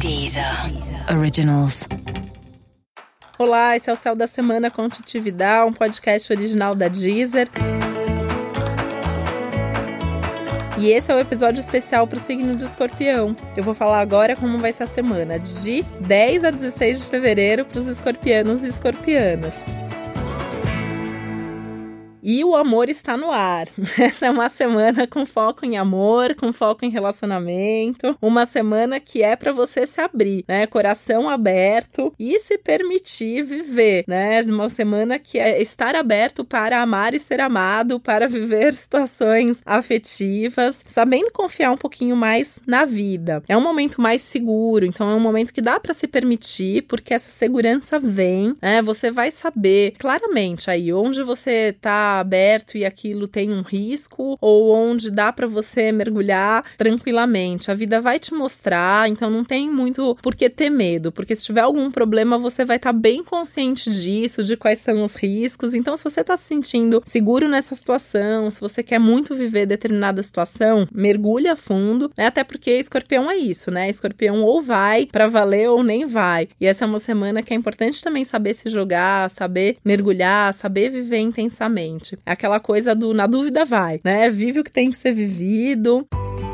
Deezer Originals. Olá, esse é o Céu da Semana com Titi Vidal, um podcast original da Deezer. E esse é o episódio especial para o signo de Escorpião. Eu vou falar agora como vai ser a semana de 10 a 16 de fevereiro para os escorpianos e escorpianas. E o amor está no ar. Essa é uma semana com foco em amor, com foco em relacionamento. Uma semana que é para você se abrir, né? Coração aberto e se permitir viver, né? Uma semana que é estar aberto para amar e ser amado, para viver situações afetivas, sabendo confiar um pouquinho mais na vida. É um momento mais seguro, então é um momento que dá para se permitir, porque essa segurança vem, né? Você vai saber claramente aí onde você tá aberto e aquilo tem um risco, ou onde dá para você mergulhar tranquilamente. A vida vai te mostrar, então não tem muito por que ter medo, porque se tiver algum problema você vai estar bem consciente disso, de quais são os riscos. Então se você está se sentindo seguro nessa situação, se você quer muito viver determinada situação, mergulha a fundo, né? Até porque Escorpião é isso, né? Escorpião ou vai para valer ou nem vai. E essa é uma semana que é importante também saber se jogar, saber mergulhar, saber viver intensamente. É aquela coisa do na dúvida vai, né? Vive o que tem que ser vivido.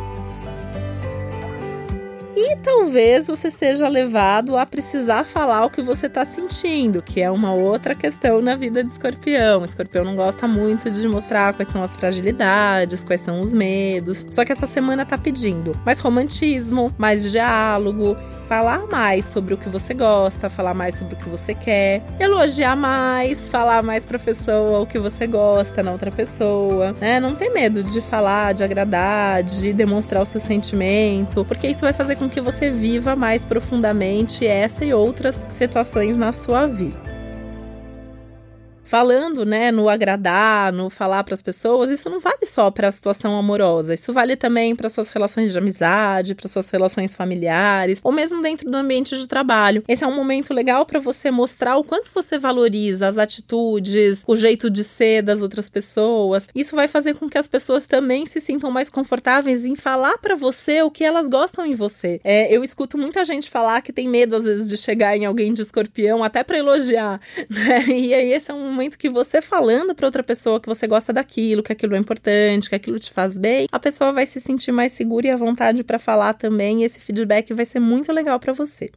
E talvez você seja levado a precisar falar o que você está sentindo, que é uma outra questão na vida de Escorpião. Escorpião não gosta muito de mostrar quais são as fragilidades, quais são os medos. Só que essa semana tá pedindo mais romantismo, mais diálogo, falar mais sobre o que você gosta, falar mais sobre o que você quer, elogiar mais, falar mais pra pessoa o que você gosta na outra pessoa, né? Não tem medo de falar, de agradar, de demonstrar o seu sentimento, porque isso vai fazer com que você viva mais profundamente essa e outras situações na sua vida. Falando, né, no agradar, no falar para as pessoas, isso não vale só para a situação amorosa, isso vale também para suas relações de amizade, para suas relações familiares, ou mesmo dentro do ambiente de trabalho. Esse é um momento legal para você mostrar o quanto você valoriza as atitudes, o jeito de ser das outras pessoas. Isso vai fazer com que as pessoas também se sintam mais confortáveis em falar para você o que elas gostam em você. Eu escuto muita gente falar que tem medo, às vezes, de chegar em alguém de Escorpião, até para elogiar, né? E aí esse é um momento que você falando para outra pessoa que você gosta daquilo, que aquilo é importante, que aquilo te faz bem, a pessoa vai se sentir mais segura e à vontade para falar também, e esse feedback vai ser muito legal para você.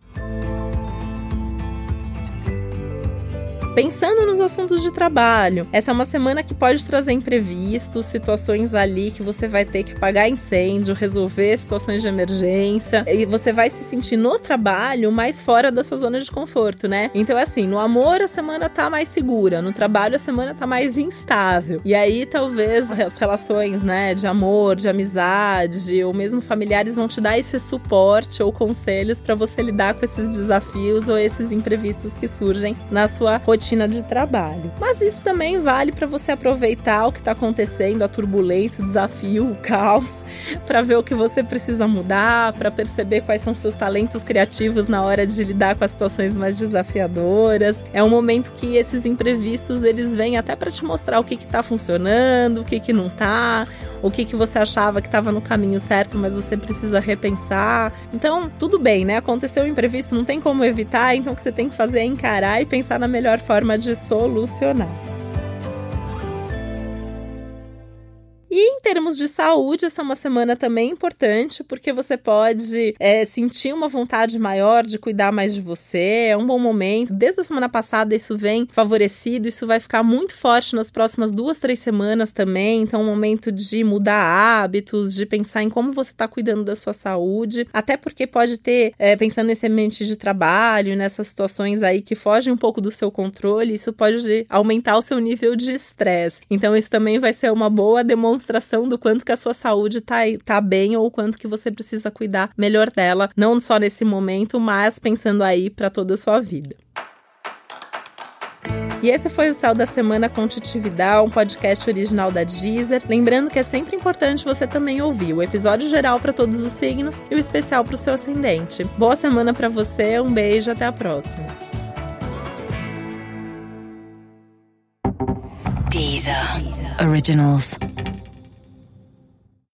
Pensando nos assuntos de trabalho, essa é uma semana que pode trazer imprevistos, situações ali que você vai ter que apagar incêndio, resolver situações de emergência, e você vai se sentir no trabalho mais fora da sua zona de conforto, né? Então assim, no amor a semana tá mais segura, no trabalho a semana tá mais instável, e aí talvez as relações, né, de amor, de amizade, ou mesmo familiares vão te dar esse suporte ou conselhos para você lidar com esses desafios ou esses imprevistos que surgem na sua rotina de trabalho. Mas isso também vale para você aproveitar o que está acontecendo, a turbulência, o desafio, o caos, para ver o que você precisa mudar, para perceber quais são seus talentos criativos na hora de lidar com as situações mais desafiadoras. É um momento que esses imprevistos, eles vêm até para te mostrar o que está funcionando, o que não está, o que você achava que estava no caminho certo, mas você precisa repensar. Então, tudo bem, né? Aconteceu um imprevisto, não tem como evitar, então o que você tem que fazer é encarar e pensar na melhor forma de solucionar. E em termos de saúde, essa é uma semana também importante, porque você pode sentir uma vontade maior de cuidar mais de você, é um bom momento. Desde a semana passada isso vem favorecido, isso vai ficar muito forte nas próximas 2-3 semanas também, então é um momento de mudar hábitos, de pensar em como você está cuidando da sua saúde, até porque pode ter, pensando nesse ambiente de trabalho, nessas situações aí que fogem um pouco do seu controle, isso pode aumentar o seu nível de estresse. Então isso também vai ser uma boa demonstração do quanto que a sua saúde tá bem ou o quanto que você precisa cuidar melhor dela, não só nesse momento, mas pensando aí para toda a sua vida. E esse foi o Céu da Semana com Titi Vidal, um podcast original da Deezer. Lembrando que é sempre importante você também ouvir o episódio geral para todos os signos e o especial para o seu ascendente. Boa semana para você, um beijo, até a próxima. Deezer Originals.